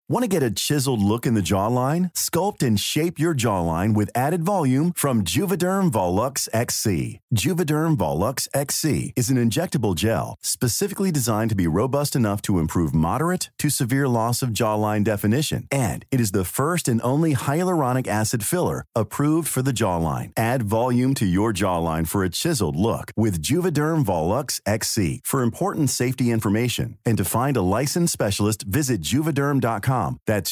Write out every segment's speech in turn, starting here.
Want to get a chiseled look in the jawline? Sculpt and shape your jawline with added volume from Juvederm Volux XC. Juvederm Volux XC is an injectable gel specifically designed to be robust enough to improve moderate to severe loss of jawline definition. And it is the first and only hyaluronic acid filler approved for the jawline. Add volume to your jawline for a chiseled look with Juvederm Volux XC. For important safety information and to find a licensed specialist, visit juvederm.com. That's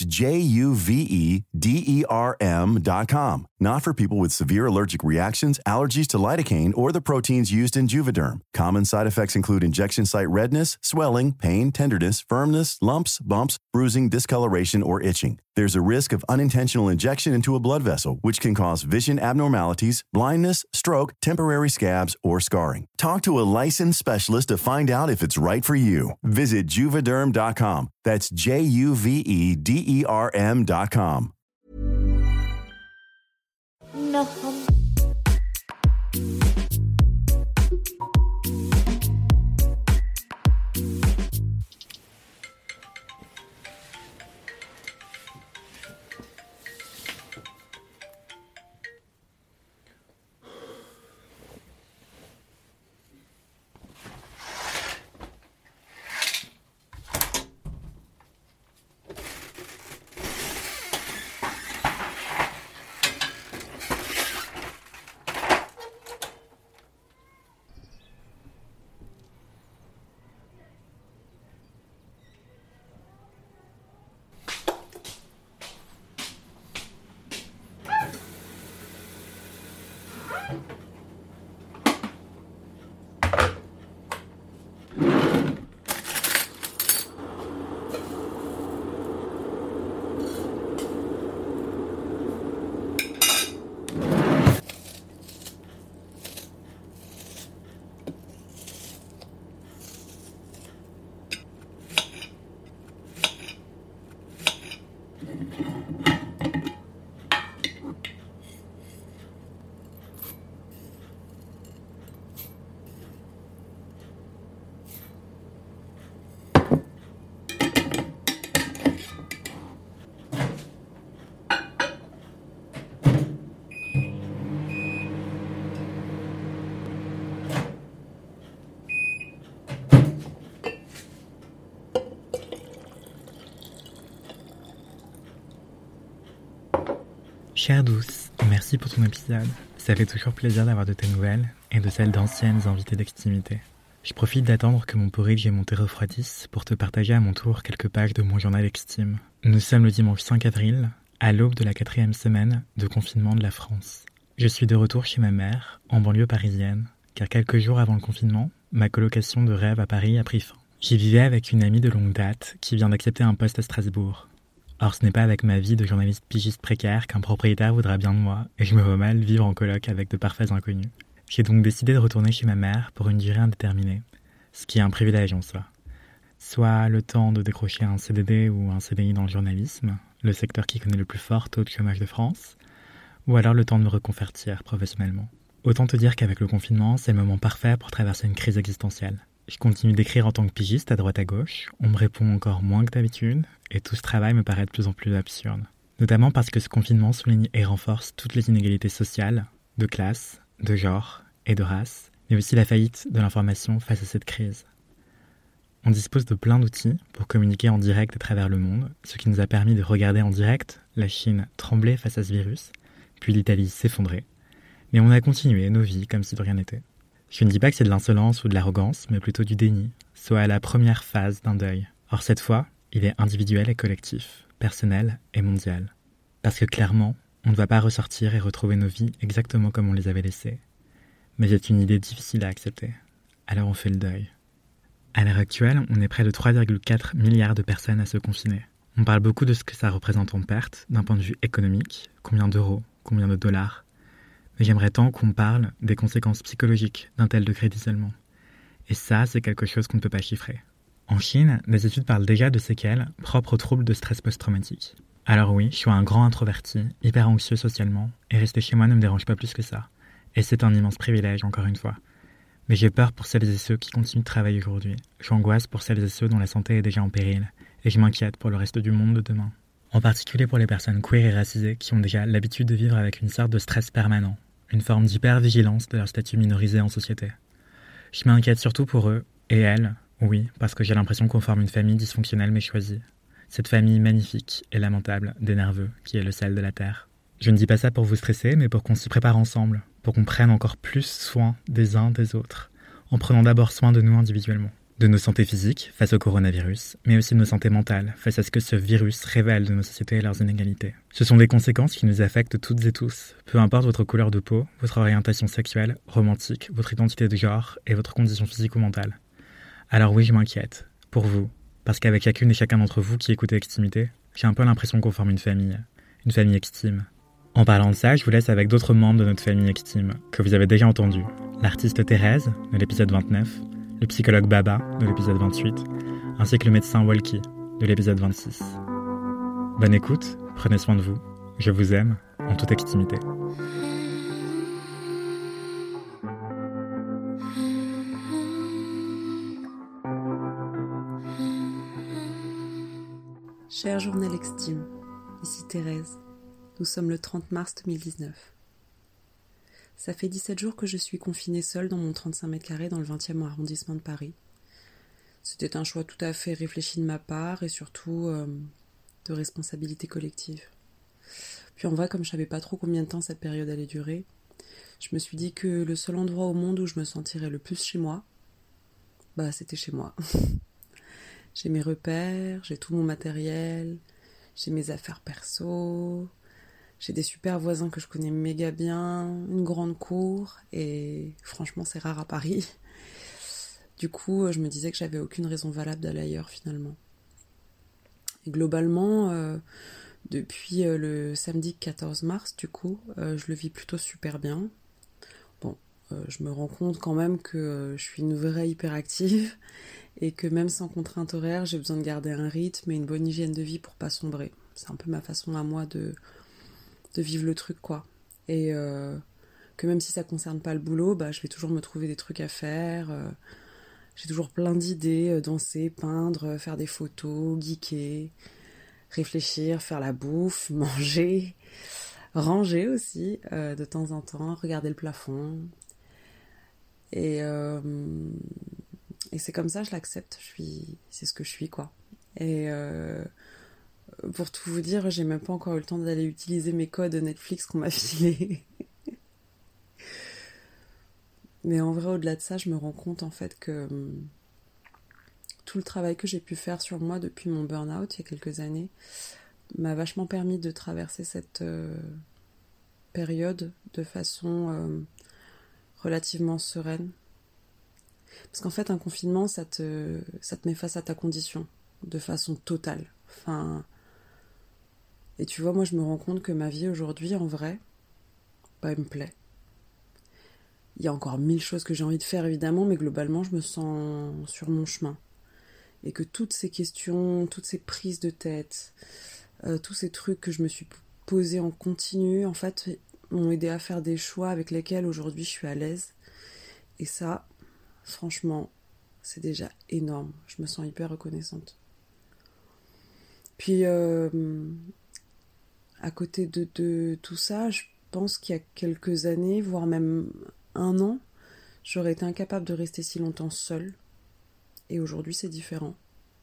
JUVEDERM.com. Not for people with severe allergic reactions, allergies to lidocaine, or the proteins used in Juvederm. Common side effects include injection site redness, swelling, pain, tenderness, firmness, lumps, bumps, bruising, discoloration, or itching. There's a risk of unintentional injection into a blood vessel, which can cause vision abnormalities, blindness, stroke, temporary scabs, or scarring. Talk to a licensed specialist to find out if it's right for you. Visit Juvederm.com. That's JUVEDERM.com. No. Chère douce, merci pour ton épisode. Ça fait toujours plaisir d'avoir de tes nouvelles et de celles d'anciennes invitées d'extimité. Je profite d'attendre que mon porridge et mon thé refroidissent pour te partager à mon tour quelques pages de mon journal extime. Nous sommes le dimanche 5 avril, à l'aube de la 4e semaine de confinement de la France. Je suis de retour chez ma mère, en banlieue parisienne, car quelques jours avant le confinement, ma colocation de rêve à Paris a pris fin. J'y vivais avec une amie de longue date qui vient d'accepter un poste à Strasbourg. Or, ce n'est pas avec ma vie de journaliste pigiste précaire qu'un propriétaire voudra bien de moi, et je me vois mal vivre en coloc avec de parfaits inconnus. J'ai donc décidé de retourner chez ma mère pour une durée indéterminée, ce qui est un privilège en soi. Soit le temps de décrocher un CDD ou un CDI dans le journalisme, le secteur qui connaît le plus fort taux de chômage de France, ou alors le temps de me reconvertir professionnellement. Autant te dire qu'avec le confinement, c'est le moment parfait pour traverser une crise existentielle. Je continue d'écrire en tant que pigiste à droite à gauche, on me répond encore moins que d'habitude, et tout ce travail me paraît de plus en plus absurde. Notamment parce que ce confinement souligne et renforce toutes les inégalités sociales, de classe, de genre et de race, mais aussi la faillite de l'information face à cette crise. On dispose de plein d'outils pour communiquer en direct à travers le monde, ce qui nous a permis de regarder en direct la Chine trembler face à ce virus, puis l'Italie s'effondrer. Mais on a continué nos vies comme si de rien n'était. Je ne dis pas que c'est de l'insolence ou de l'arrogance, mais plutôt du déni, soit à la première phase d'un deuil. Or cette fois, il est individuel et collectif, personnel et mondial. Parce que clairement, on ne va pas ressortir et retrouver nos vies exactement comme on les avait laissées. Mais c'est une idée difficile à accepter. Alors on fait le deuil. À l'heure actuelle, on est près de 3,4 milliards de personnes à se confiner. On parle beaucoup de ce que ça représente en perte, d'un point de vue économique, combien d'euros, combien de dollars. Mais j'aimerais tant qu'on parle des conséquences psychologiques d'un tel degré d'isolement. Et ça, c'est quelque chose qu'on ne peut pas chiffrer. En Chine, des études parlent déjà de séquelles propres aux troubles de stress post-traumatique. Alors oui, je suis un grand introverti, hyper anxieux socialement, et rester chez moi ne me dérange pas plus que ça. Et c'est un immense privilège, encore une fois. Mais j'ai peur pour celles et ceux qui continuent de travailler aujourd'hui. J'angoisse pour celles et ceux dont la santé est déjà en péril, et je m'inquiète pour le reste du monde de demain. En particulier pour les personnes queer et racisées qui ont déjà l'habitude de vivre avec une sorte de stress permanent, une forme d'hypervigilance de leur statut minorisé en société. Je m'inquiète surtout pour eux, et elles, oui, parce que j'ai l'impression qu'on forme une famille dysfonctionnelle mais choisie. Cette famille magnifique et lamentable des nerveux qui est le sel de la terre. Je ne dis pas ça pour vous stresser, mais pour qu'on s'y prépare ensemble, pour qu'on prenne encore plus soin des uns des autres, en prenant d'abord soin de nous individuellement. De nos santé physiques face au coronavirus, mais aussi de nos santé mentales face à ce que ce virus révèle de nos sociétés et leurs inégalités. Ce sont des conséquences qui nous affectent toutes et tous, peu importe votre couleur de peau, votre orientation sexuelle, romantique, votre identité de genre et votre condition physique ou mentale. Alors oui, je m'inquiète, pour vous, parce qu'avec chacune et chacun d'entre vous qui écoutez Extimité, j'ai un peu l'impression qu'on forme une famille extime. En parlant de ça, je vous laisse avec d'autres membres de notre famille extime, que vous avez déjà entendus. L'artiste Thérèse, de l'épisode 29, le psychologue Baba, de l'épisode 28, ainsi que le médecin Walkie, de l'épisode 26. Bonne écoute, prenez soin de vous, je vous aime, en toute extimité. Cher journal extime, ici Thérèse. Nous sommes le 30 mars 2019. Ça fait 17 jours que je suis confinée seule dans mon 35 mètres carrés dans le 20e arrondissement de Paris. C'était un choix tout à fait réfléchi de ma part et surtout de responsabilité collective. Puis en vrai, comme je savais pas trop combien de temps cette période allait durer, je me suis dit que le seul endroit au monde où je me sentirais le plus chez moi, c'était chez moi. J'ai mes repères, j'ai tout mon matériel, j'ai mes affaires perso, j'ai des super voisins que je connais méga bien, une grande cour, et franchement c'est rare à Paris. Du coup, je me disais que j'avais aucune raison valable d'aller ailleurs finalement. Et globalement, depuis le samedi 14 mars, du coup, je le vis plutôt super bien. Bon, je me rends compte quand même que je suis une vraie hyperactive et que même sans contrainte horaire, j'ai besoin de garder un rythme et une bonne hygiène de vie pour pas sombrer. C'est un peu ma façon à moi de vivre le truc, quoi. Et que même si ça concerne pas le boulot, je vais toujours me trouver des trucs à faire. J'ai toujours plein d'idées, danser, peindre, faire des photos, geeker, réfléchir, faire la bouffe, manger, ranger aussi, de temps en temps, regarder le plafond. Et c'est comme ça, je l'accepte, c'est ce que je suis, quoi. Et pour tout vous dire, j'ai même pas encore eu le temps d'aller utiliser mes codes Netflix qu'on m'a filés. Mais en vrai, au-delà de ça, je me rends compte en fait que tout le travail que j'ai pu faire sur moi depuis mon burn-out il y a quelques années m'a vachement permis de traverser cette période de façon relativement sereine. Parce qu'en fait, un confinement, ça te met face à ta condition de façon totale. Et tu vois, moi, je me rends compte que ma vie aujourd'hui, en vrai, elle me plaît. Il y a encore 1000 choses que j'ai envie de faire, évidemment, mais globalement, je me sens sur mon chemin. Et que toutes ces questions, toutes ces prises de tête, tous ces trucs que je me suis posés en continu, en fait, m'ont aidé à faire des choix avec lesquels aujourd'hui je suis à l'aise. Et ça, franchement, c'est déjà énorme. Je me sens hyper reconnaissante. Puis, à côté de tout ça, je pense qu'il y a quelques années, voire même 1 an, j'aurais été incapable de rester si longtemps seule. Et aujourd'hui, c'est différent.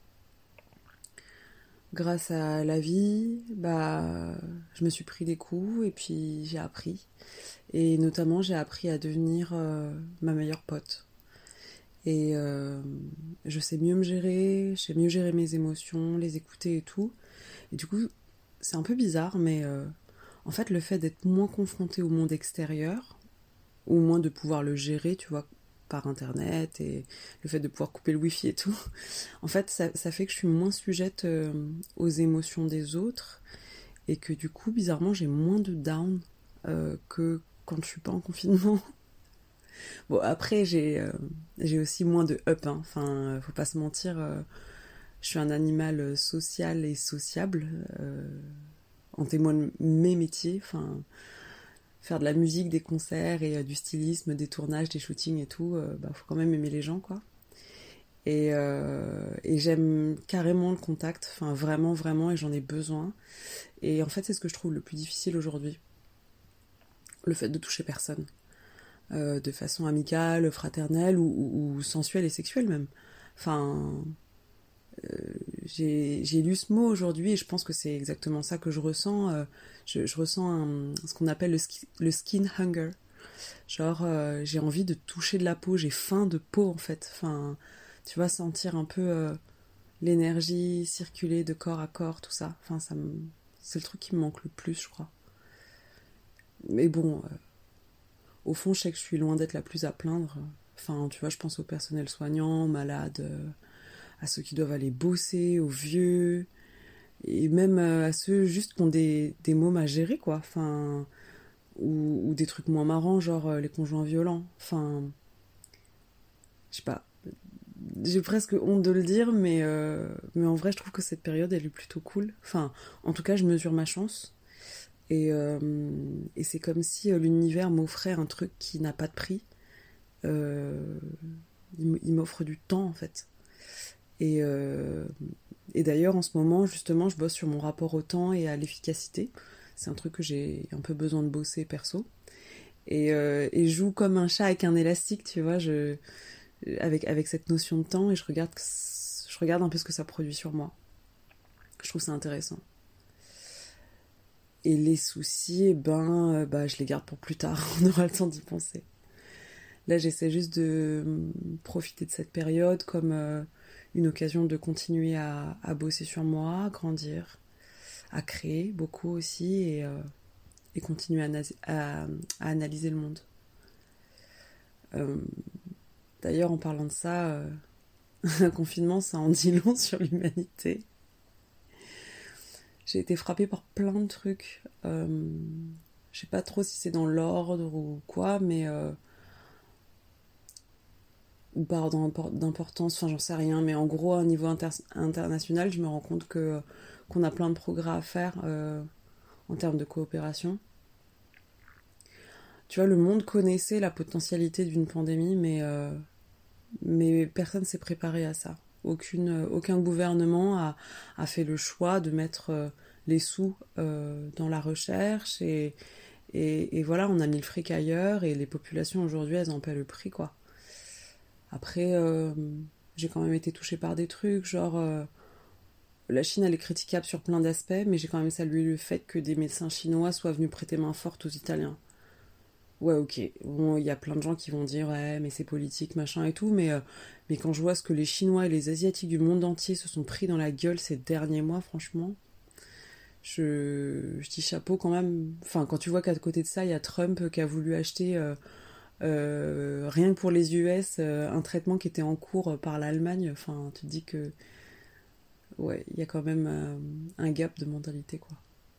Grâce à la vie, je me suis pris des coups et puis j'ai appris. Et notamment, j'ai appris à devenir ma meilleure pote. Et je sais mieux me gérer, je sais mieux gérer mes émotions, les écouter et tout. Et du coup, c'est un peu bizarre, mais en fait, le fait d'être moins confrontée au monde extérieur, ou moins de pouvoir le gérer, tu vois, par internet, et le fait de pouvoir couper le wifi et tout, en fait, ça fait que je suis moins sujette aux émotions des autres, et que du coup, bizarrement, j'ai moins de down que quand je suis pas en confinement. Bon, après, j'ai aussi moins de up, hein. Enfin, faut pas se mentir, je suis un animal social et sociable, en témoignent mes métiers, faire de la musique, des concerts et du stylisme, des tournages, des shootings et tout, faut quand même aimer les gens, quoi. Et j'aime carrément le contact, enfin vraiment, vraiment, et j'en ai besoin. Et en fait, c'est ce que je trouve le plus difficile aujourd'hui. Le fait de toucher personne. De façon amicale, fraternelle ou sensuelle et sexuelle même. Enfin, j'ai lu ce mot aujourd'hui et je pense que c'est exactement ça que je ressens. Je ressens ce qu'on appelle le skin hunger. Genre, j'ai envie de toucher de la peau, j'ai faim de peau en fait. Enfin, tu vois, sentir un peu l'énergie circuler de corps à corps, tout ça. Enfin, c'est le truc qui me manque le plus, je crois. Mais bon, au fond, je sais que je suis loin d'être la plus à plaindre. Enfin, tu vois, je pense au personnel soignant, aux malades, à ceux qui doivent aller bosser, aux vieux, et même à ceux juste qui ont des mômes à gérer, quoi. Enfin, ou des trucs moins marrants, genre les conjoints violents. Enfin, je sais pas. J'ai presque honte de le dire, mais en vrai, je trouve que cette période, elle est plutôt cool. Enfin, en tout cas, je mesure ma chance. Et c'est comme si l'univers m'offrait un truc qui n'a pas de prix. Il m'offre du temps, en fait. Et d'ailleurs, en ce moment, justement, je bosse sur mon rapport au temps et à l'efficacité. C'est un truc que j'ai un peu besoin de bosser perso. Et je joue comme un chat avec un élastique, tu vois, avec cette notion de temps, et je regarde un peu ce que ça produit sur moi. Je trouve ça intéressant. Et les soucis, je les garde pour plus tard, on aura le temps d'y penser. Là, j'essaie juste de profiter de cette période comme une occasion de continuer à bosser sur moi, à grandir, à créer beaucoup aussi, et continuer à analyser le monde. D'ailleurs, en parlant de ça, un confinement, ça en dit long sur l'humanité. J'ai été frappée par plein de trucs. Je sais pas trop si c'est dans l'ordre ou quoi, mais ou par ordre d'importance, enfin j'en sais rien, mais en gros, à un niveau international, je me rends compte qu'on a plein de progrès à faire en termes de coopération. Tu vois, le monde connaissait la potentialité d'une pandémie, mais personne s'est préparé à ça. Aucun gouvernement a fait le choix de mettre les sous dans la recherche et voilà, on a mis le fric ailleurs et les populations aujourd'hui, elles en paient le prix, quoi. Après, j'ai quand même été touchée par des trucs, genre la Chine, elle est critiquable sur plein d'aspects, mais j'ai quand même salué le fait que des médecins chinois soient venus prêter main forte aux Italiens. Ouais, ok. Bon, il y a plein de gens qui vont dire, ouais, mais c'est politique, machin et tout, mais quand je vois ce que les Chinois et les Asiatiques du monde entier se sont pris dans la gueule ces derniers mois, franchement, je dis chapeau quand même. Enfin, quand tu vois qu'à côté de ça, il y a Trump qui a voulu acheter, rien que pour les US, un traitement qui était en cours par l'Allemagne, enfin, tu te dis que, ouais, il y a quand même un gap de mentalité, quoi.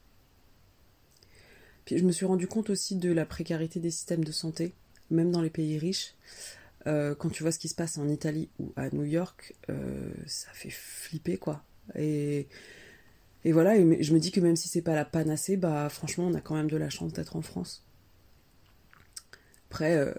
Puis je me suis rendu compte aussi de la précarité des systèmes de santé, même dans les pays riches. Quand tu vois ce qui se passe en Italie ou à New York, ça fait flipper, quoi. Et voilà, et je me dis que même si c'est pas la panacée, bah franchement, on a quand même de la chance d'être en France. Après,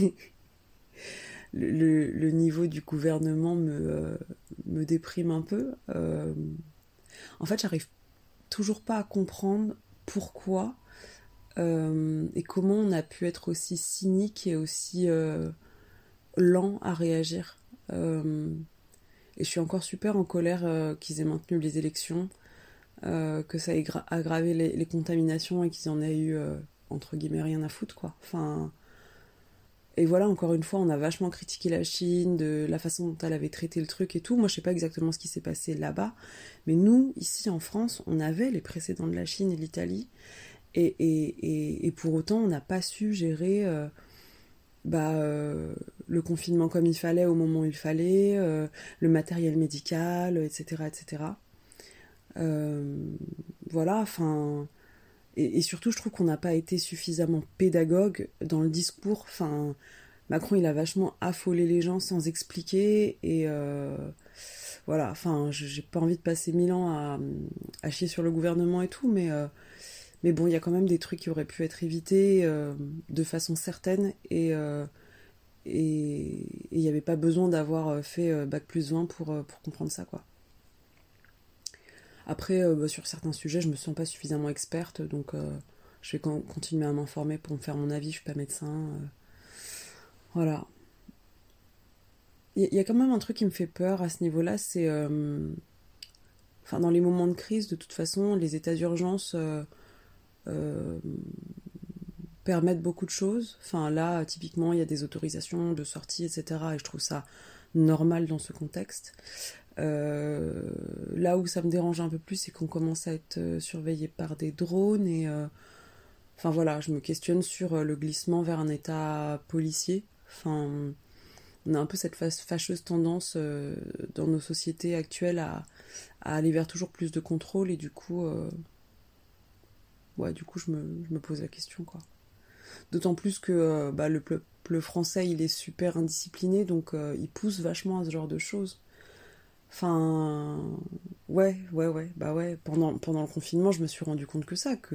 le niveau du gouvernement me déprime un peu. En fait, j'arrive toujours pas à comprendre pourquoi et comment on a pu être aussi cynique et aussi lent à réagir. Et je suis encore super en colère qu'ils aient maintenu les élections, que ça ait aggravé les contaminations et qu'ils en aient eu, entre guillemets, rien à foutre, quoi. Enfin, et voilà, encore une fois, on a vachement critiqué la Chine, de la façon dont elle avait traité le truc et tout. Moi, je sais pas exactement ce qui s'est passé là-bas, mais nous, ici en France, on avait les précédents de la Chine et de l'Italie, et pour autant, on n'a pas su gérer le confinement comme il fallait au moment où il fallait, le matériel médical, etc., etc. Voilà, enfin... Et surtout, je trouve qu'on n'a pas été suffisamment pédagogue dans le discours. Enfin, Macron, il a vachement affolé les gens sans expliquer. Et voilà, enfin, j'ai pas envie de passer 1000 ans à chier sur le gouvernement et tout, mais bon, il y a quand même des trucs qui auraient pu être évités de façon certaine. Et Et il n'y avait pas besoin d'avoir fait bac+20 pour comprendre ça, quoi. Après, sur certains sujets, je me sens pas suffisamment experte, donc je vais continuer à m'informer pour me faire mon avis, je suis pas médecin. Voilà. Il y a quand même un truc qui me fait peur à ce niveau-là, c'est... dans les moments de crise, de toute façon, les états d'urgence permettent beaucoup de choses. Enfin, là, typiquement, il y a des autorisations de sortie, etc. Et je trouve ça normal dans ce contexte. Là où ça me dérange un peu plus, c'est qu'on commence à être surveillé par des drones et... Enfin voilà, je me questionne sur le glissement vers un état policier. Enfin, on a un peu cette fâcheuse tendance dans nos sociétés actuelles à aller vers toujours plus de contrôle et du coup, je me pose la question, quoi. D'autant plus que le peuple français, il est super indiscipliné, donc il pousse vachement à ce genre de choses. Enfin, ouais. Pendant le confinement, je me suis rendu compte que ça,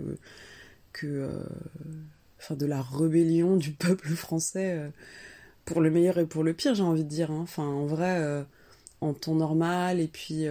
de la rébellion du peuple français, pour le meilleur et pour le pire, j'ai envie de dire, hein. Enfin, en vrai, en temps normal, et puis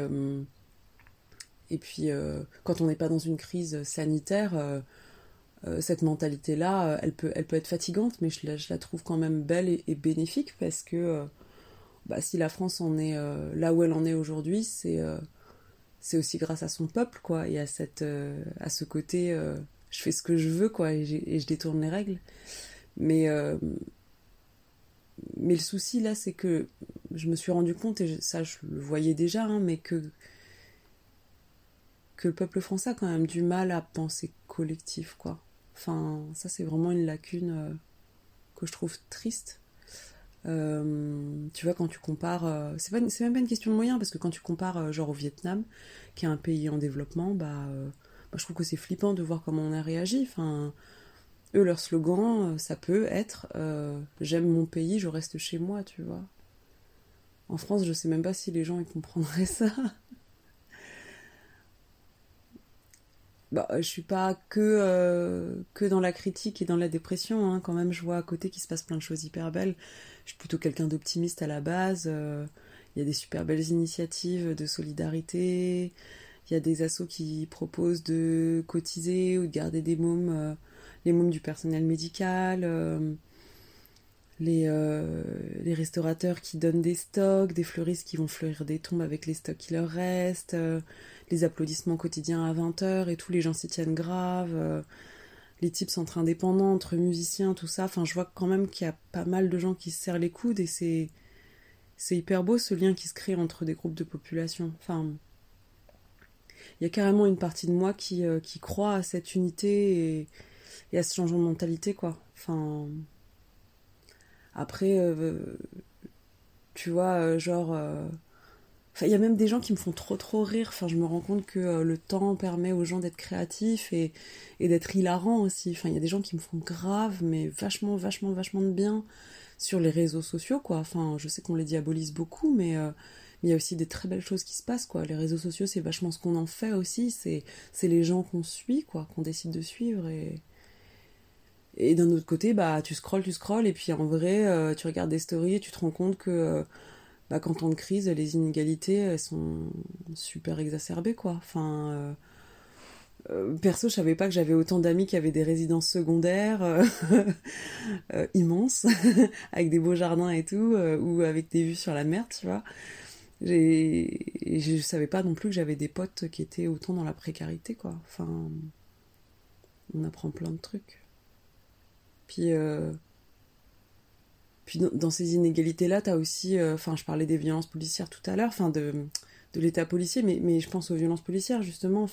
quand on n'est pas dans une crise sanitaire, cette mentalité-là, elle peut être fatigante, mais je la trouve quand même belle et bénéfique, parce que si la France en est là où elle en est aujourd'hui, c'est aussi grâce à son peuple, quoi, et à ce côté je fais ce que je veux, quoi, et je détourne les règles. Mais le souci là, c'est que je me suis rendu compte, et ça je le voyais déjà, hein, mais que le peuple français a quand même du mal à penser collectif, quoi. Enfin, ça c'est vraiment une lacune que je trouve triste. Tu vois, quand tu compares, c'est même pas une question de moyens, parce que quand tu compares genre au Vietnam, qui est un pays en développement, je trouve que c'est flippant de voir comment on a réagi. Enfin, eux, leur slogan, ça peut être j'aime mon pays, je reste chez moi, tu vois. En France, je sais même pas si les gens ils comprendraient ça. Je suis pas que dans la critique et dans la dépression, hein. Quand même, je vois à côté qu'il se passe plein de choses hyper belles. Je suis plutôt quelqu'un d'optimiste à la base. Il y a des super belles initiatives de solidarité. Il y a des assos qui proposent de cotiser ou de garder des mômes, les mômes du personnel médical. Les restaurateurs qui donnent des stocks, des fleuristes qui vont fleurir des tombes avec les stocks qui leur restent, les applaudissements quotidiens à 20h et tout, les gens s'y tiennent grave, les tips entre indépendants, entre musiciens, tout ça. Enfin, je vois quand même qu'il y a pas mal de gens qui se serrent les coudes et c'est hyper beau ce lien qui se crée entre des groupes de population. Enfin, il y a carrément une partie de moi qui croit à cette unité et à ce changement de mentalité, quoi. Enfin... Après, tu vois, il y a même des gens qui me font trop rire. Enfin, je me rends compte que le temps permet aux gens d'être créatifs et d'être hilarants aussi. Enfin, il y a des gens qui me font grave, mais vachement de bien sur les réseaux sociaux, quoi. Enfin, je sais qu'on les diabolise beaucoup, mais il y a aussi des très belles choses qui se passent, quoi. Les réseaux sociaux, c'est vachement ce qu'on en fait aussi. C'est les gens qu'on suit, quoi, qu'on décide de suivre Et d'un autre côté, tu scrolles, et puis en vrai, tu regardes des stories et tu te rends compte que qu'en temps de crise, les inégalités, elles sont super exacerbées, quoi. Enfin, perso, je savais pas que j'avais autant d'amis qui avaient des résidences secondaires immenses, avec des beaux jardins et tout, ou avec des vues sur la mer, tu vois. Je savais pas non plus que j'avais des potes qui étaient autant dans la précarité, quoi. Enfin, on apprend plein de trucs. Puis dans ces inégalités-là, t'as aussi... je parlais des violences policières tout à l'heure, de l'état policier, mais je pense aux violences policières, justement.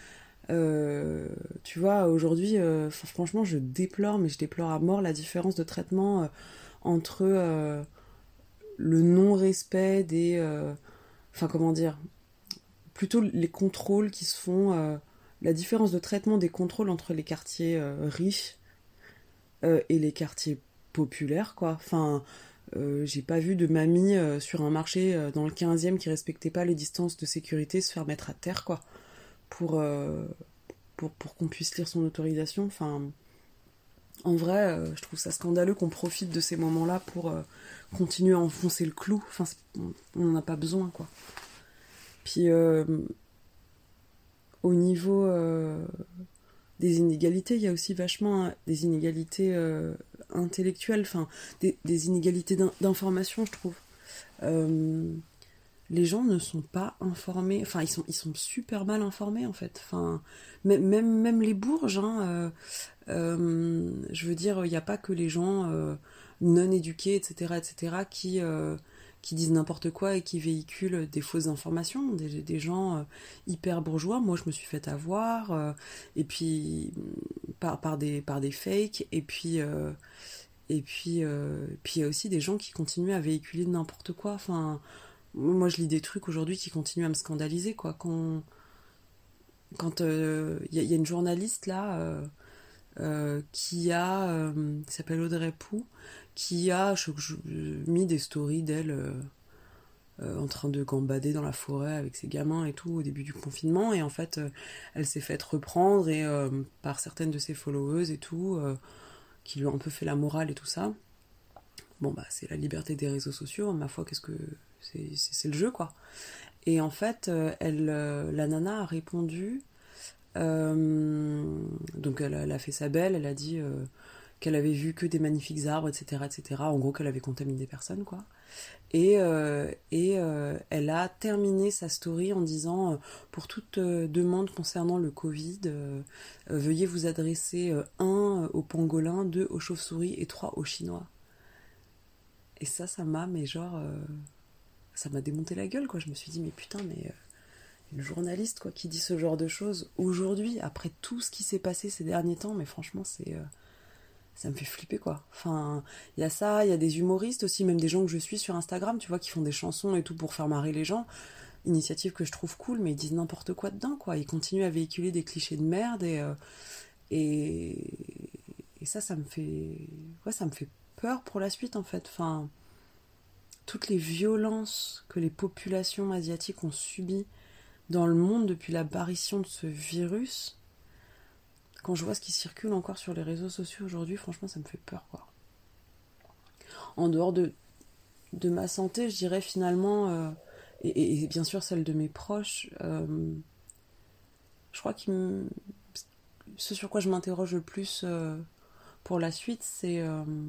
Tu vois, aujourd'hui, franchement, je déplore à mort la différence de traitement entre le non-respect des... comment dire, plutôt les contrôles qui se font... la différence de traitement des contrôles entre les quartiers riches et les quartiers populaires, quoi. Enfin, j'ai pas vu de mamie sur un marché dans le 15e qui respectait pas les distances de sécurité se faire mettre à terre, quoi, pour qu'on puisse lire son autorisation. Enfin, En vrai, je trouve ça scandaleux qu'on profite de ces moments-là pour continuer à enfoncer le clou. Enfin, on n'en a pas besoin, quoi. Puis, au niveau des inégalités, il y a aussi vachement des inégalités intellectuelles, enfin, des inégalités d'information, je trouve. Les gens ne sont pas informés, enfin ils sont super mal informés en fait, enfin même les bourges, hein, je veux dire, il n'y a pas que les gens non éduqués, etc., qui disent n'importe quoi et qui véhiculent des fausses informations, des gens hyper bourgeois. Moi je me suis fait avoir, et puis par des fakes, puis il y a aussi des gens qui continuent à véhiculer n'importe quoi, enfin. Moi, je lis des trucs aujourd'hui qui continuent à me scandaliser, quoi. Quand y a une journaliste, là, qui s'appelle Audrey Pou, qui a mis des stories d'elle en train de gambader dans la forêt avec ses gamins et tout, au début du confinement. Et en fait, elle s'est faite reprendre par certaines de ses followers et tout, qui lui ont un peu fait la morale et tout ça. Bon, bah, c'est la liberté des réseaux sociaux, ma foi, qu'est-ce que... C'est le jeu, quoi. Et en fait, la nana a répondu, donc elle a fait sa belle, elle a dit qu'elle avait vu que des magnifiques arbres, etc., en gros qu'elle avait contaminé des personnes, quoi. Et elle a terminé sa story en disant pour toute demande concernant le Covid, veuillez vous adresser 1 aux pangolins, 2 aux chauves-souris et 3 aux chinois. Et ça m'a, mais genre... ça m'a démonté la gueule, quoi. Je me suis dit, mais putain, une journaliste, quoi, qui dit ce genre de choses aujourd'hui, après tout ce qui s'est passé ces derniers temps, mais franchement, ça me fait flipper, quoi. Enfin, il y a ça, il y a des humoristes aussi, même des gens que je suis sur Instagram, tu vois, qui font des chansons et tout pour faire marrer les gens. Initiative que je trouve cool, mais ils disent n'importe quoi dedans, quoi. Ils continuent à véhiculer des clichés de merde et ça me fait... Ouais, ça me fait peur pour la suite, en fait. Enfin... toutes les violences que les populations asiatiques ont subies dans le monde depuis l'apparition de ce virus, quand je vois ce qui circule encore sur les réseaux sociaux aujourd'hui, franchement, ça me fait peur, quoi. En dehors de ma santé, je dirais finalement, et bien sûr celle de mes proches, je crois que ce sur quoi je m'interroge le plus pour la suite, c'est...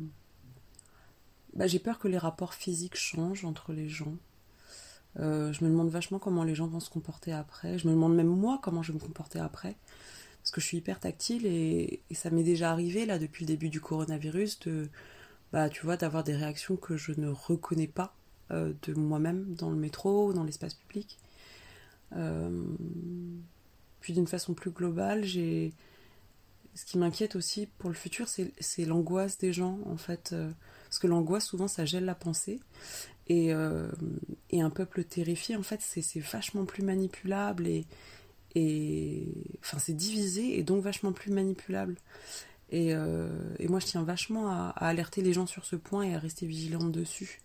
j'ai peur que les rapports physiques changent entre les gens. Je me demande vachement comment les gens vont se comporter après. Je me demande même moi comment je vais me comporter après. Parce que je suis hyper tactile et ça m'est déjà arrivé là depuis le début du coronavirus tu vois, d'avoir des réactions que je ne reconnais pas de moi-même dans le métro ou dans l'espace public. Puis d'une façon plus globale, ce qui m'inquiète aussi pour le futur, c'est l'angoisse des gens, en fait. Parce que l'angoisse, souvent, ça gèle la pensée. Et un peuple terrifié, en fait, c'est vachement plus manipulable enfin, c'est divisé et donc vachement plus manipulable. Et moi, je tiens vachement à alerter les gens sur ce point et à rester vigilante dessus.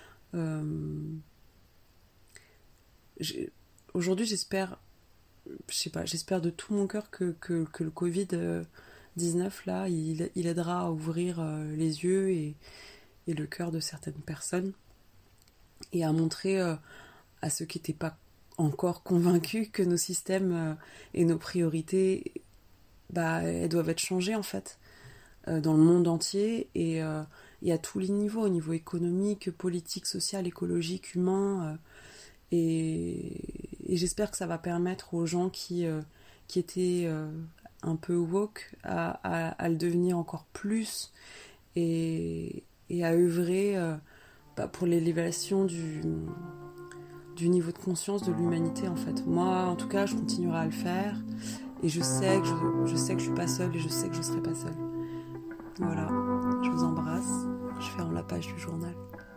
Aujourd'hui, j'espère de tout mon cœur que le Covid-19, là, il aidera à ouvrir les yeux et le cœur de certaines personnes et à montrer à ceux qui n'étaient pas encore convaincus que nos systèmes et nos priorités, elles doivent être changées, en fait, dans le monde entier et à tous les niveaux, au niveau économique, politique, social, écologique, humain, et j'espère que ça va permettre aux gens qui étaient un peu woke à le devenir encore plus et à œuvrer pour l'élévation du niveau de conscience de l'humanité, en fait. Moi, en tout cas, je continuerai à le faire et je sais que je suis pas seule et je sais que je serai pas seule. Voilà, je vous embrasse. Je ferme la page du journal.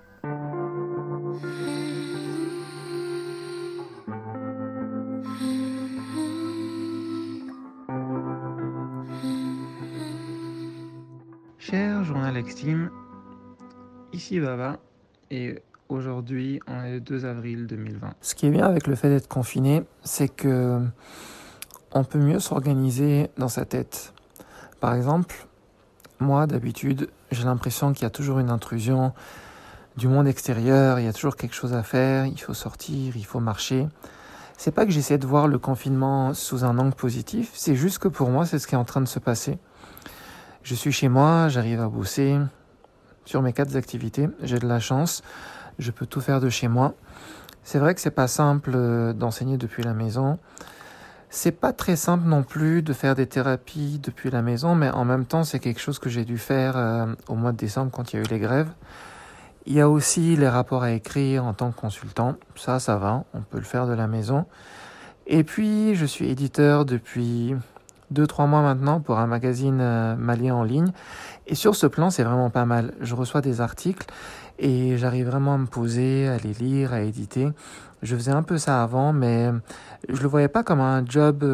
Cher journal Extime, ici Baba, et aujourd'hui on est le 2 avril 2020. Ce qui est bien avec le fait d'être confiné, c'est que on peut mieux s'organiser dans sa tête. Par exemple, Moi, d'habitude, j'ai l'impression qu'il y a toujours une intrusion du monde extérieur, il y a toujours quelque chose à faire, il faut sortir, il faut marcher. C'est pas que j'essaie de voir le confinement sous un angle positif, c'est juste que pour moi, c'est ce qui est en train de se passer. Je suis chez moi, j'arrive à bosser sur mes 4 activités, j'ai de la chance, je peux tout faire de chez moi. C'est vrai que c'est pas simple d'enseigner depuis la maison. C'est pas très simple non plus de faire des thérapies depuis la maison, mais en même temps, c'est quelque chose que j'ai dû faire au mois de décembre quand il y a eu les grèves. Il y a aussi les rapports à écrire en tant que consultant. Ça va, on peut le faire de la maison. Et puis, je suis éditeur depuis 2-3 mois maintenant pour un magazine malien en ligne. Et sur ce plan, c'est vraiment pas mal. Je reçois des articles et j'arrive vraiment à me poser, à les lire, à éditer. Je faisais un peu ça avant, mais je le voyais pas comme un job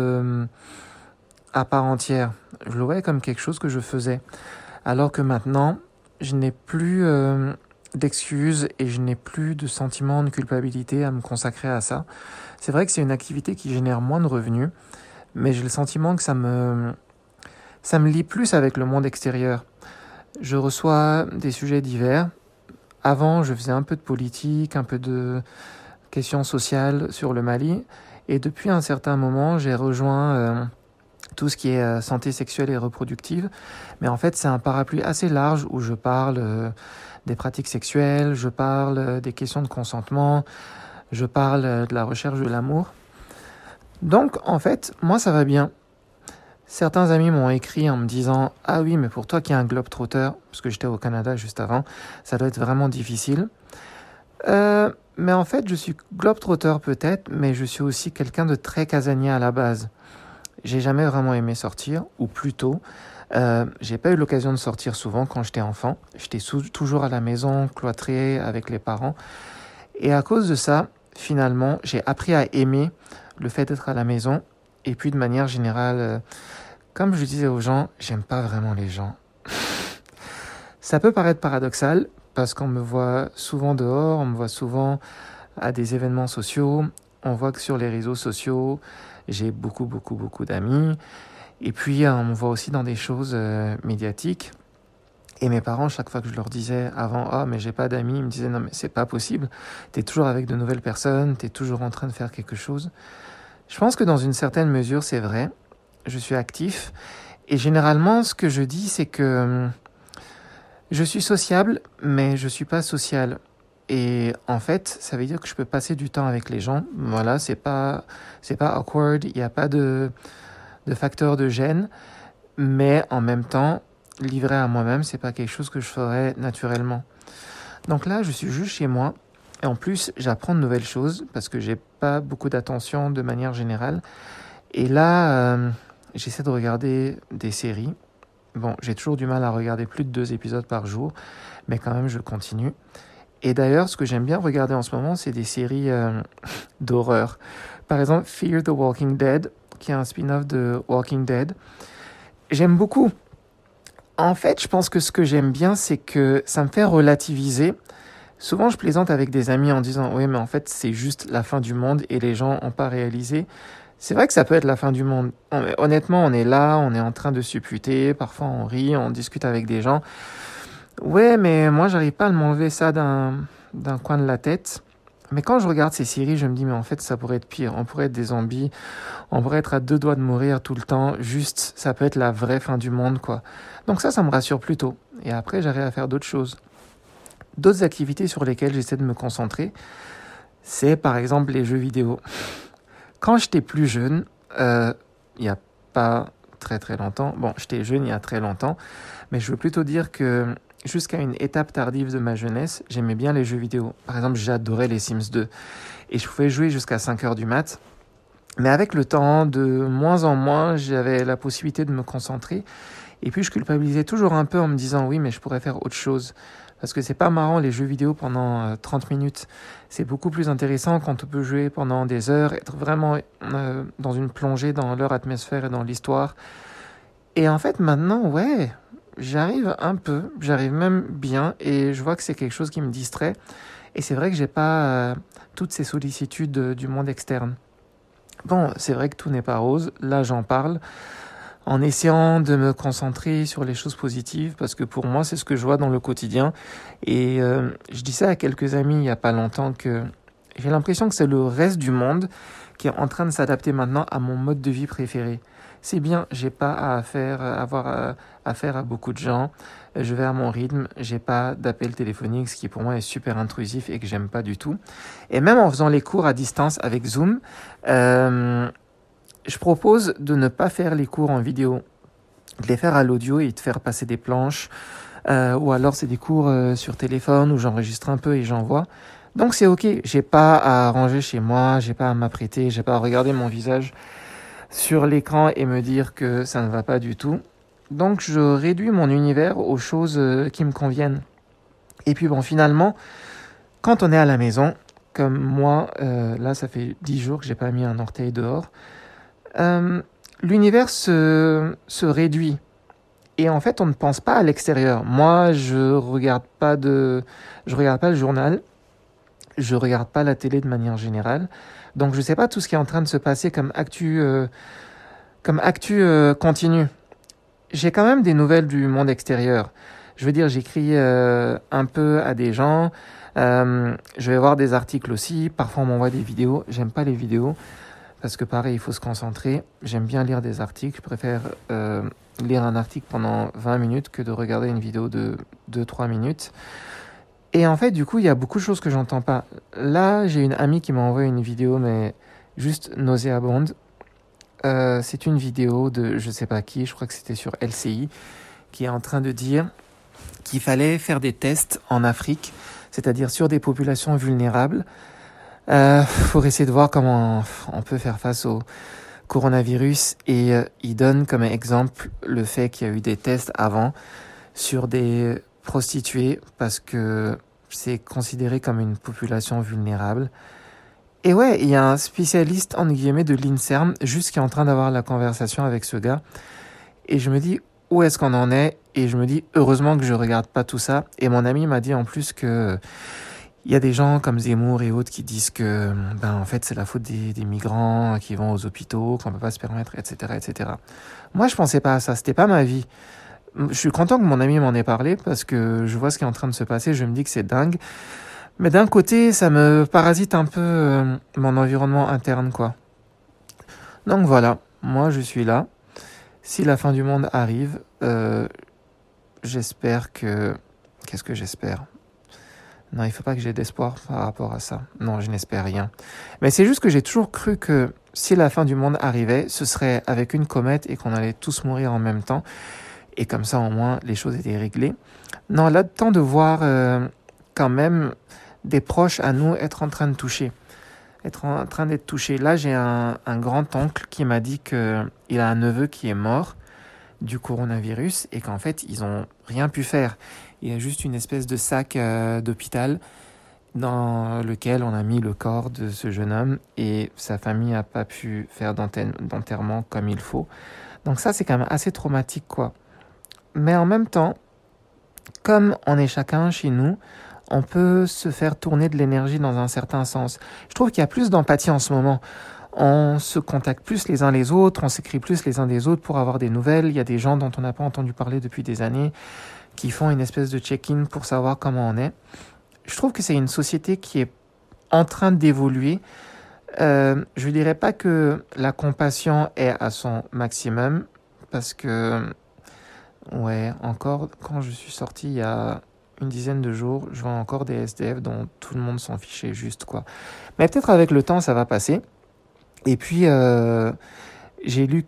à part entière. Je le voyais comme quelque chose que je faisais. Alors que maintenant, je n'ai plus d'excuses et je n'ai plus de sentiment de culpabilité à me consacrer à ça. C'est vrai que c'est une activité qui génère moins de revenus, mais j'ai le sentiment que ça me lie plus avec le monde extérieur. Je reçois des sujets divers. Avant, je faisais un peu de politique, un peu de questions sociales sur le Mali. Et depuis un certain moment, j'ai rejoint tout ce qui est santé sexuelle et reproductive. Mais en fait, c'est un parapluie assez large où je parle des pratiques sexuelles, je parle des questions de consentement, je parle de la recherche de l'amour. Donc, en fait, moi, ça va bien. Certains amis m'ont écrit en me disant « Ah oui, mais pour toi qui es un globe-trotter, parce que j'étais au Canada juste avant, ça doit être vraiment difficile. » Mais en fait, je suis globe-trotter peut-être, mais je suis aussi quelqu'un de très casanier à la base. J'ai jamais vraiment aimé sortir, ou plutôt, j'ai pas eu l'occasion de sortir souvent quand j'étais enfant. J'étais toujours à la maison, cloîtré avec les parents. Et à cause de ça, finalement, j'ai appris à aimer le fait d'être à la maison. Et puis de manière générale, comme je disais aux gens, j'aime pas vraiment les gens. Ça peut paraître paradoxal, parce qu'on me voit souvent dehors, on me voit souvent à des événements sociaux. On voit que sur les réseaux sociaux, j'ai beaucoup d'amis. Et puis, on me voit aussi dans des choses médiatiques. Et mes parents, chaque fois que je leur disais avant « Ah, mais j'ai pas d'amis », ils me disaient « Non, mais c'est pas possible. T'es toujours avec de nouvelles personnes, t'es toujours en train de faire quelque chose. » Je pense que dans une certaine mesure, c'est vrai. Je suis actif. Et généralement, ce que je dis, c'est que je suis sociable, mais je suis pas social. Et en fait, ça veut dire que je peux passer du temps avec les gens. Voilà, c'est pas awkward, il n'y a pas de facteur de gêne. Mais en même temps, livré à moi-même, c'est pas quelque chose que je ferais naturellement. Donc là, je suis juste chez moi. Et en plus, j'apprends de nouvelles choses parce que j'ai pas beaucoup d'attention de manière générale. Et là, j'essaie de regarder des séries. Bon, j'ai toujours du mal à regarder plus de 2 épisodes par jour, mais quand même, je continue. Et d'ailleurs, ce que j'aime bien regarder en ce moment, c'est des séries d'horreur. Par exemple, Fear the Walking Dead, qui est un spin-off de Walking Dead. J'aime beaucoup. En fait, je pense que ce que j'aime bien, c'est que ça me fait relativiser. Souvent, je plaisante avec des amis en disant « Oui, mais en fait, c'est juste la fin du monde et les gens n'ont pas réalisé. » C'est vrai que ça peut être la fin du monde. Honnêtement, on est là, on est en train de supputer, parfois on rit, on discute avec des gens. Ouais, mais moi, j'arrive pas à m'enlever ça d'un coin de la tête. Mais quand je regarde ces séries, je me dis « Mais en fait, ça pourrait être pire. On pourrait être des zombies, on pourrait être à 2 doigts de mourir tout le temps. Juste, ça peut être la vraie fin du monde, quoi. » Donc ça me rassure plutôt. Et après, j'arrive à faire d'autres choses. D'autres activités sur lesquelles j'essaie de me concentrer, c'est par exemple les jeux vidéo. Quand j'étais plus jeune, il n'y a pas très longtemps, bon, j'étais jeune il y a très longtemps, mais je veux plutôt dire que jusqu'à une étape tardive de ma jeunesse, j'aimais bien les jeux vidéo. Par exemple, j'adorais les Sims 2 et je pouvais jouer jusqu'à 5h du mat'. Mais avec le temps, de moins en moins, j'avais la possibilité de me concentrer. Et puis, je culpabilisais toujours un peu en me disant « Oui, mais je pourrais faire autre chose. » Parce que c'est pas marrant les jeux vidéo pendant 30 minutes. C'est beaucoup plus intéressant quand on peut jouer pendant des heures, être vraiment dans une plongée dans leur atmosphère et dans l'histoire. Et en fait, maintenant, ouais, j'arrive même bien et je vois que c'est quelque chose qui me distrait. Et c'est vrai que j'ai pas toutes ces sollicitudes du monde externe. Bon, c'est vrai que tout n'est pas rose. Là, j'en parle. en essayant de me concentrer sur les choses positives, parce que pour moi, c'est ce que je vois dans le quotidien. Et je dis ça à quelques amis il n'y a pas longtemps, que j'ai l'impression que c'est le reste du monde qui est en train de s'adapter maintenant à mon mode de vie préféré. C'est bien, j'ai pas avoir affaire à beaucoup de gens, je vais à mon rythme, j'ai pas d'appel téléphonique, ce qui pour moi est super intrusif et que j'aime pas du tout. Et même en faisant les cours à distance avec Zoom, je propose de ne pas faire les cours en vidéo, de les faire à l'audio et de faire passer des planches, ou alors c'est des cours sur téléphone où j'enregistre un peu et j'envoie. Donc c'est ok, j'ai pas à ranger chez moi, j'ai pas à m'apprêter, j'ai pas à regarder mon visage sur l'écran et me dire que ça ne va pas du tout. Donc je réduis mon univers aux choses qui me conviennent. Et puis bon, finalement, quand on est à la maison, comme moi, là ça fait 10 jours que j'ai pas mis un orteil dehors, l'univers se réduit. Et en fait, on ne pense pas à l'extérieur. Moi, je regarde pas le journal, je regarde pas la télé de manière générale. Donc je sais pas tout ce qui est en train de se passer comme actu continue. J'ai quand même des nouvelles du monde extérieur. Je veux dire, j'écris un peu à des gens. Je vais voir des articles aussi. Parfois, on m'envoie des vidéos. J'aime pas les vidéos parce que pareil, il faut se concentrer. J'aime bien lire des articles. Je préfère lire un article pendant 20 minutes que de regarder une vidéo de 2-3 minutes. Et en fait, du coup, il y a beaucoup de choses que j'entends pas. Là, j'ai une amie qui m'a envoyé une vidéo, mais juste nauséabonde. C'est une vidéo de je sais pas qui, je crois que c'était sur LCI, qui est en train de dire qu'il fallait faire des tests en Afrique, c'est-à-dire sur des populations vulnérables, pour essayer de voir comment on peut faire face au coronavirus. Et il donne comme exemple le fait qu'il y a eu des tests avant sur des prostituées parce que c'est considéré comme une population vulnérable. Et ouais, il y a un spécialiste, entre guillemets, de l'INSERM, juste qui est en train d'avoir la conversation avec ce gars. Et je me dis, où est-ce qu'on en est? Et je me dis, heureusement que je regarde pas tout ça. Et mon ami m'a dit en plus que il y a des gens comme Zemmour et autres qui disent que, en fait, c'est la faute des migrants qui vont aux hôpitaux, qu'on peut pas se permettre, etc., etc. Moi, je pensais pas à ça. C'était pas ma vie. Je suis content que mon ami m'en ait parlé parce que je vois ce qui est en train de se passer. Je me dis que c'est dingue. Mais d'un côté, ça me parasite un peu mon environnement interne, quoi. Donc voilà, moi je suis là. Si la fin du monde arrive, j'espère que... Qu'est-ce que j'espère? Non, il faut pas que j'ai d'espoir par rapport à ça. Non, je n'espère rien. Mais c'est juste que j'ai toujours cru que si la fin du monde arrivait, ce serait avec une comète et qu'on allait tous mourir en même temps. Et comme ça, au moins, les choses étaient réglées. Non, là, temps de voir quand même des proches à nous être en train d'être touchés. Là, j'ai un grand-oncle qui m'a dit qu'il a un neveu qui est mort du coronavirus et qu'en fait, ils ont rien pu faire. Il y a juste une espèce de sac d'hôpital dans lequel on a mis le corps de ce jeune homme et sa famille n'a pas pu faire d'enterrement comme il faut. Donc ça, c'est quand même assez traumatique, quoi. Mais en même temps, comme on est chacun chez nous, on peut se faire tourner de l'énergie dans un certain sens. Je trouve qu'il y a plus d'empathie en ce moment. On se contacte plus les uns les autres, on s'écrit plus les uns des autres pour avoir des nouvelles. Il y a des gens dont on n'a pas entendu parler depuis des années qui font une espèce de check-in pour savoir comment on est. Je trouve que c'est une société qui est en train d'évoluer. Je ne dirais pas que la compassion est à son maximum parce que, ouais, encore quand je suis sorti il y a une dizaine de jours, je vois encore des SDF dont tout le monde s'en fichait juste, quoi. Mais peut-être avec le temps, ça va passer. Et puis, j'ai lu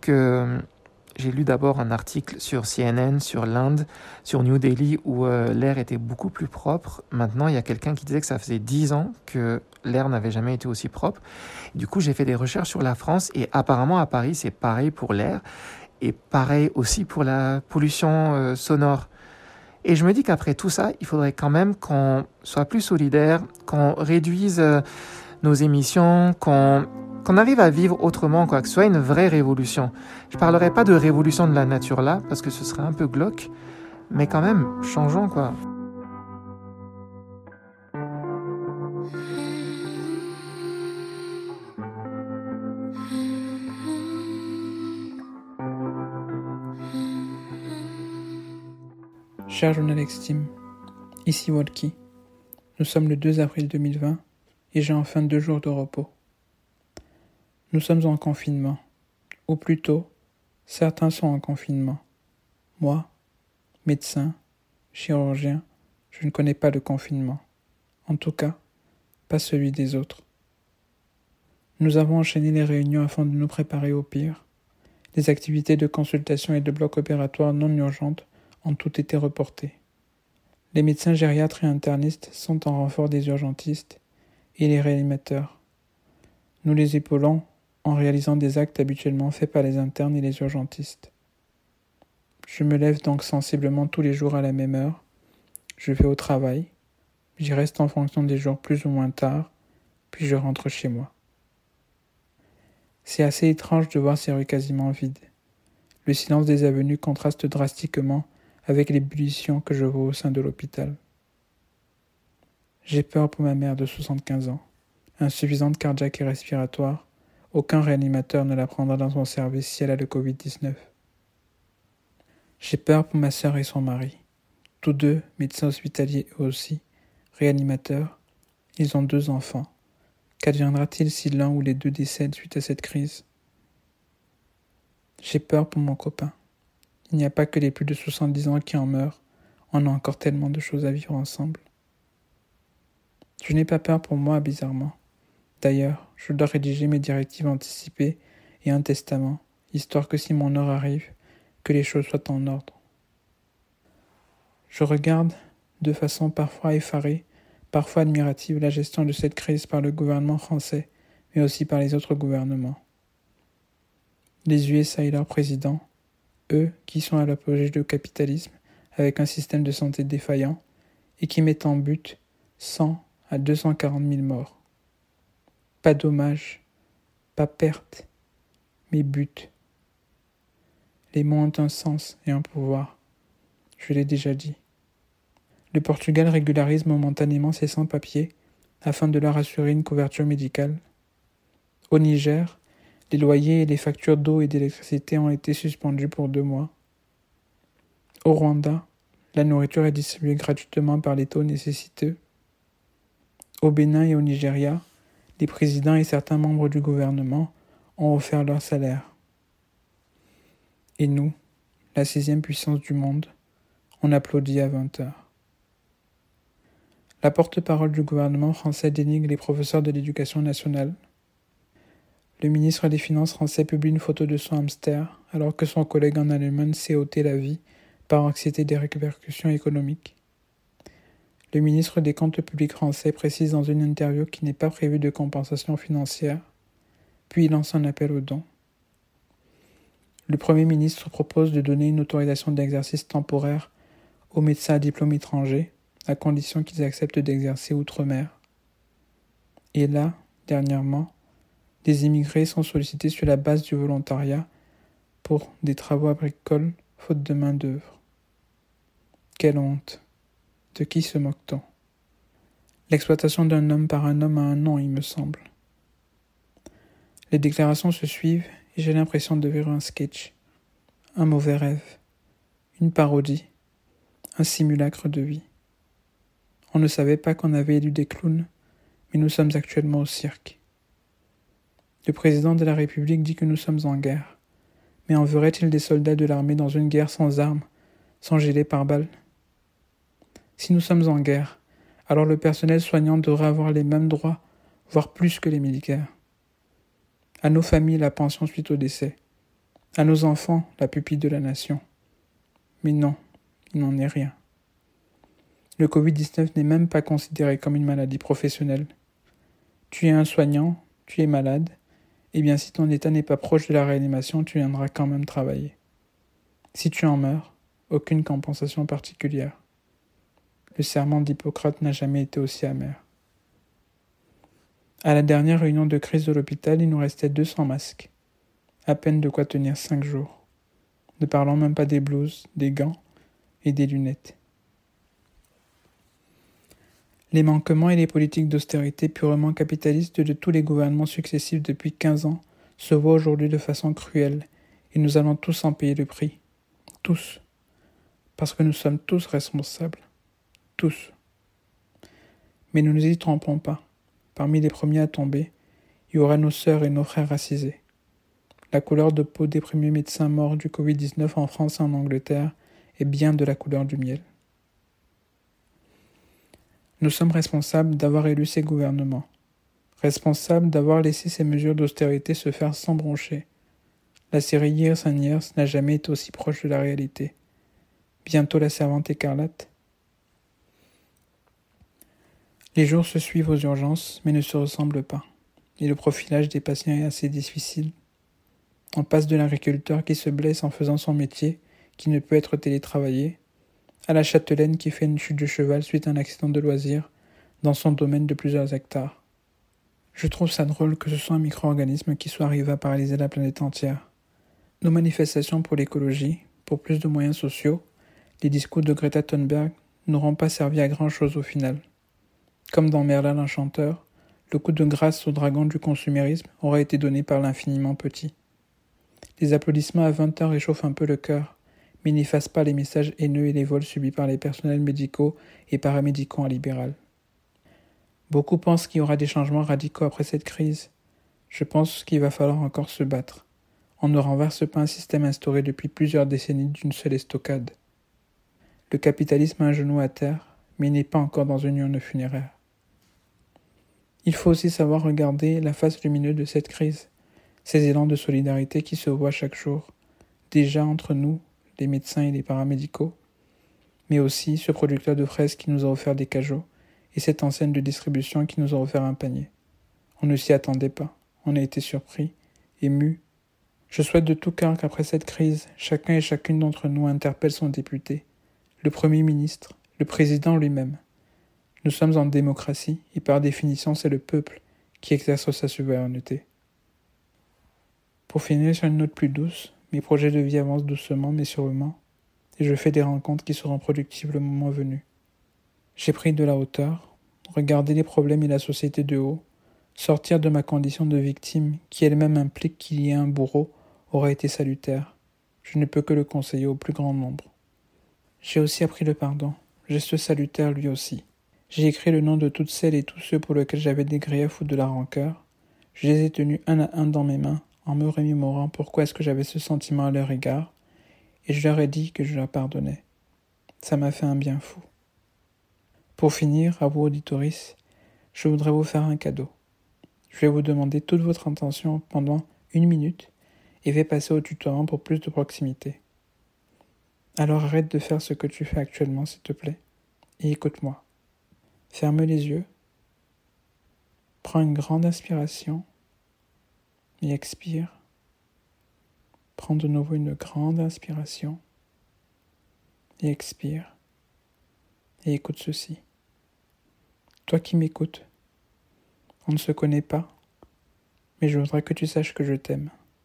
d'abord un article sur CNN, sur l'Inde, sur New Delhi, où l'air était beaucoup plus propre. Maintenant, il y a quelqu'un qui disait que ça faisait 10 ans que l'air n'avait jamais été aussi propre. Du coup, j'ai fait des recherches sur la France et apparemment, à Paris, c'est pareil pour l'air et pareil aussi pour la pollution sonore. Et je me dis qu'après tout ça, il faudrait quand même qu'on soit plus solidaire, qu'on réduise nos émissions, qu'on arrive à vivre autrement, quoi, que ce soit une vraie révolution. Je parlerai pas de révolution de la nature là, parce que ce serait un peu glauque, mais quand même, changeons, quoi. Cher journal Extime, ici Walkie. Nous sommes le 2 avril 2020 et j'ai enfin 2 jours de repos. Nous sommes en confinement, ou plutôt, certains sont en confinement. Moi, médecin, chirurgien, je ne connais pas le confinement. En tout cas, pas celui des autres. Nous avons enchaîné les réunions afin de nous préparer au pire. Les activités de consultation et de bloc opératoire non urgentes ont toutes été reportées. Les médecins gériatres et internistes sont en renfort des urgentistes et les réanimateurs. Nous les épaulons en réalisant des actes habituellement faits par les internes et les urgentistes. Je me lève donc sensiblement tous les jours à la même heure. Je vais au travail. J'y reste en fonction des jours plus ou moins tard, puis je rentre chez moi. C'est assez étrange de voir ces rues quasiment vides. Le silence des avenues contraste drastiquement avec l'ébullition que je vois au sein de l'hôpital. J'ai peur pour ma mère de 75 ans, insuffisante cardiaque et respiratoire. Aucun réanimateur ne la prendra dans son service si elle a le Covid-19. J'ai peur pour ma sœur et son mari. Tous deux, médecins hospitaliers eux aussi, réanimateurs, ils ont 2 enfants. Qu'adviendra-t-il si l'un ou les 2 décèdent suite à cette crise ? J'ai peur pour mon copain. Il n'y a pas que les plus de 70 ans qui en meurent, on a encore tellement de choses à vivre ensemble. Je n'ai pas peur pour moi, bizarrement. D'ailleurs, je dois rédiger mes directives anticipées et un testament, histoire que si mon heure arrive, que les choses soient en ordre. Je regarde, de façon parfois effarée, parfois admirative, la gestion de cette crise par le gouvernement français, mais aussi par les autres gouvernements. Les USA et leurs présidents, eux qui sont à l'apogée du capitalisme, avec un système de santé défaillant, et qui mettent en but 100 à 240 000 morts. Pas dommage, pas perte, mais but. Les mots ont un sens et un pouvoir. Je l'ai déjà dit. Le Portugal régularise momentanément ses sans-papiers afin de leur assurer une couverture médicale. Au Niger, les loyers et les factures d'eau et d'électricité ont été suspendus pour 2 mois. Au Rwanda, la nourriture est distribuée gratuitement par l'État aux nécessiteux. Au Bénin et au Nigeria, les présidents et certains membres du gouvernement ont offert leur salaire. Et nous, la 6e puissance du monde, on applaudit à 20h. La porte-parole du gouvernement français dénigre les professeurs de l'éducation nationale. Le ministre des Finances français publie une photo de son hamster, alors que son collègue en Allemagne s'est ôté la vie par anxiété des répercussions économiques. Le ministre des Comptes publics français précise dans une interview qu'il n'est pas prévu de compensation financière, puis il lance un appel aux dons. Le Premier ministre propose de donner une autorisation d'exercice temporaire aux médecins à diplôme étranger, à condition qu'ils acceptent d'exercer outre-mer. Et là, dernièrement, des immigrés sont sollicités sur la base du volontariat pour des travaux agricoles faute de main-d'œuvre. Quelle honte! De qui se moque-t-on? L'exploitation d'un homme par un homme a un nom, il me semble. Les déclarations se suivent et j'ai l'impression de vivre un sketch, un mauvais rêve, une parodie, un simulacre de vie. On ne savait pas qu'on avait élu des clowns, mais nous sommes actuellement au cirque. Le président de la République dit que nous sommes en guerre. Mais enverrait-il des soldats de l'armée dans une guerre sans armes, sans gilet pare-balles ? Si nous sommes en guerre, alors le personnel soignant devrait avoir les mêmes droits, voire plus que les militaires. À nos familles, la pension suite au décès. À nos enfants, la pupille de la nation. Mais non, il n'en est rien. Le Covid-19 n'est même pas considéré comme une maladie professionnelle. Tu es un soignant, tu es malade, eh bien si ton état n'est pas proche de la réanimation, tu viendras quand même travailler. Si tu en meurs, aucune compensation particulière. Le serment d'Hippocrate n'a jamais été aussi amer. À la dernière réunion de crise de l'hôpital, il nous restait 200 masques. À peine de quoi tenir 5 jours. Ne parlons même pas des blouses, des gants et des lunettes. Les manquements et les politiques d'austérité purement capitalistes de tous les gouvernements successifs depuis 15 ans se voient aujourd'hui de façon cruelle, et nous allons tous en payer le prix. Tous. parce que nous sommes tous responsables. Tous. Mais ne nous y trompons pas. Parmi les premiers à tomber, il y aura nos sœurs et nos frères racisés. La couleur de peau des premiers médecins morts du Covid-19 en France et en Angleterre est bien de la couleur du miel. Nous sommes responsables d'avoir élu ces gouvernements, responsables d'avoir laissé ces mesures d'austérité se faire sans broncher. La série Years and Years n'a jamais été aussi proche de la réalité. Bientôt la servante écarlate. Les jours se suivent aux urgences, mais ne se ressemblent pas. Et le profilage des patients est assez difficile. On passe de l'agriculteur qui se blesse en faisant son métier, qui ne peut être télétravaillé, à la châtelaine qui fait une chute de cheval suite à un accident de loisir dans son domaine de plusieurs hectares. Je trouve ça drôle que ce soit un micro-organisme qui soit arrivé à paralyser la planète entière. Nos manifestations pour l'écologie, pour plus de moyens sociaux, les discours de Greta Thunberg n'auront pas servi à grand-chose au final. Comme dans Merlin l'Enchanteur, le coup de grâce au dragon du consumérisme aura été donné par l'infiniment petit. Les applaudissements à 20h réchauffent un peu le cœur, mais n'effacent pas les messages haineux et les vols subis par les personnels médicaux et paramédicaux en libéral. Beaucoup pensent qu'il y aura des changements radicaux après cette crise. Je pense qu'il va falloir encore se battre. On ne renverse pas un système instauré depuis plusieurs décennies d'une seule estocade. Le capitalisme a un genou à terre, mais il n'est pas encore dans une urne funéraire. Il faut aussi savoir regarder la face lumineuse de cette crise, ces élans de solidarité qui se voient chaque jour, déjà entre nous, les médecins et les paramédicaux, mais aussi ce producteur de fraises qui nous a offert des cajots et cette enseigne de distribution qui nous a offert un panier. On ne s'y attendait pas, on a été surpris, ému. Je souhaite de tout cœur qu'après cette crise, chacun et chacune d'entre nous interpelle son député, le Premier ministre, le président lui-même. Nous sommes en démocratie et par définition c'est le peuple qui exerce sa souveraineté. Pour finir sur une note plus douce, mes projets de vie avancent doucement mais sûrement et je fais des rencontres qui seront productives le moment venu. J'ai pris de la hauteur, regardé les problèmes et la société de haut, sortir de ma condition de victime qui elle-même implique qu'il y ait un bourreau aura été salutaire. Je ne peux que le conseiller au plus grand nombre. J'ai aussi appris le pardon, geste salutaire lui aussi. J'ai écrit le nom de toutes celles et tous ceux pour lesquels j'avais des griefs ou de la rancœur. Je les ai tenus un à un dans mes mains, en me remémorant pourquoi est-ce que j'avais ce sentiment à leur égard, et je leur ai dit que je leur pardonnais. Ça m'a fait un bien fou. Pour finir, à vous auditoris, je voudrais vous faire un cadeau. Je vais vous demander toute votre attention pendant 1 minute et vais passer au tutoiement pour plus de proximité. Alors arrête de faire ce que tu fais actuellement, s'il te plaît, et écoute-moi. Ferme les yeux, prends une grande inspiration et expire. Prends de nouveau une grande inspiration et expire. Et écoute ceci. Toi qui m'écoutes, on ne se connaît pas, mais je voudrais que tu saches que je t'aime.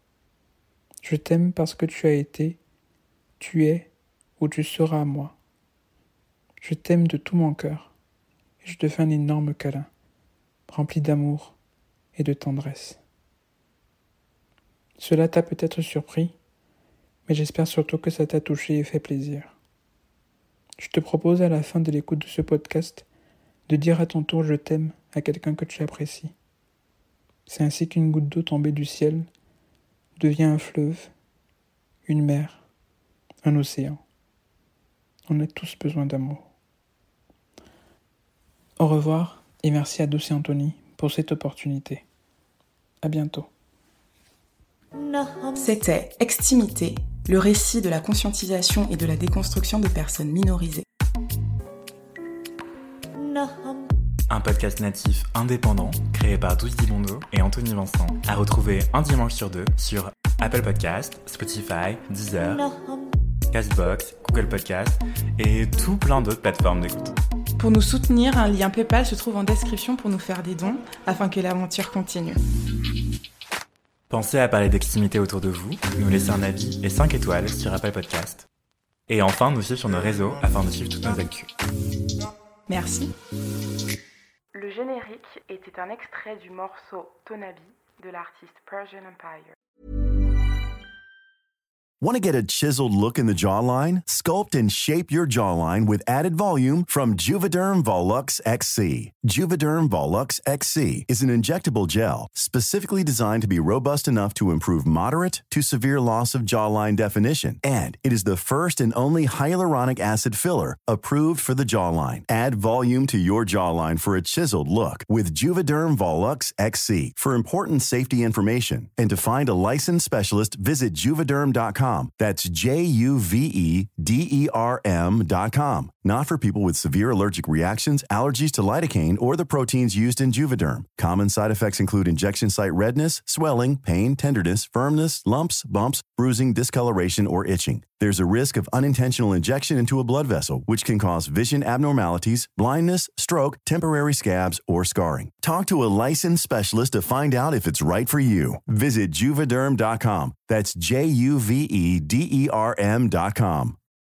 Je t'aime parce que tu as été, tu es ou tu seras moi. Je t'aime de tout mon cœur. Je te fais un énorme câlin, rempli d'amour et de tendresse. Cela t'a peut-être surpris, mais j'espère surtout que ça t'a touché et fait plaisir. Je te propose à la fin de l'écoute de ce podcast de dire à ton tour « je t'aime » à quelqu'un que tu apprécies. C'est ainsi qu'une goutte d'eau tombée du ciel devient un fleuve, une mer, un océan. On a tous besoin d'amour. Au revoir et merci à Douce et Anthony pour cette opportunité. À bientôt. C'était Extimité, le récit de la conscientisation et de la déconstruction de personnes minorisées. Un podcast natif indépendant créé par Douce Dibondo et Anthony Vincent, à retrouver un dimanche sur 2 sur Apple Podcasts, Spotify, Deezer, Castbox, Google Podcasts et tout plein d'autres plateformes d'écoute. Pour nous soutenir, un lien PayPal se trouve en description pour nous faire des dons afin que l'aventure continue. Pensez à parler d'extimité autour de vous, nous laisser un avis et 5 étoiles sur Apple Podcasts. Et enfin, nous suivre sur nos réseaux afin de suivre toutes nos actus. Merci. Le générique était un extrait du morceau Tonabi de l'artiste Persian Empire. Want to get a chiseled look in the jawline? Sculpt and shape your jawline with added volume from Juvederm Volux XC. Juvederm Volux XC is an injectable gel specifically designed to be robust enough to improve moderate to severe loss of jawline definition. And it is the first and only hyaluronic acid filler approved for the jawline. Add volume to your jawline for a chiseled look with Juvederm Volux XC. For important safety information and to find a licensed specialist, visit juvederm.com. That's JUVEDERM.com. Not for people with severe allergic reactions, allergies to lidocaine, or the proteins used in Juvederm. Common side effects include injection site redness, swelling, pain, tenderness, firmness, lumps, bumps, bruising, discoloration, or itching. There's a risk of unintentional injection into a blood vessel, which can cause vision abnormalities, blindness, stroke, temporary scabs, or scarring. Talk to a licensed specialist to find out if it's right for you. Visit Juvederm.com. That's JUVEDERM.com.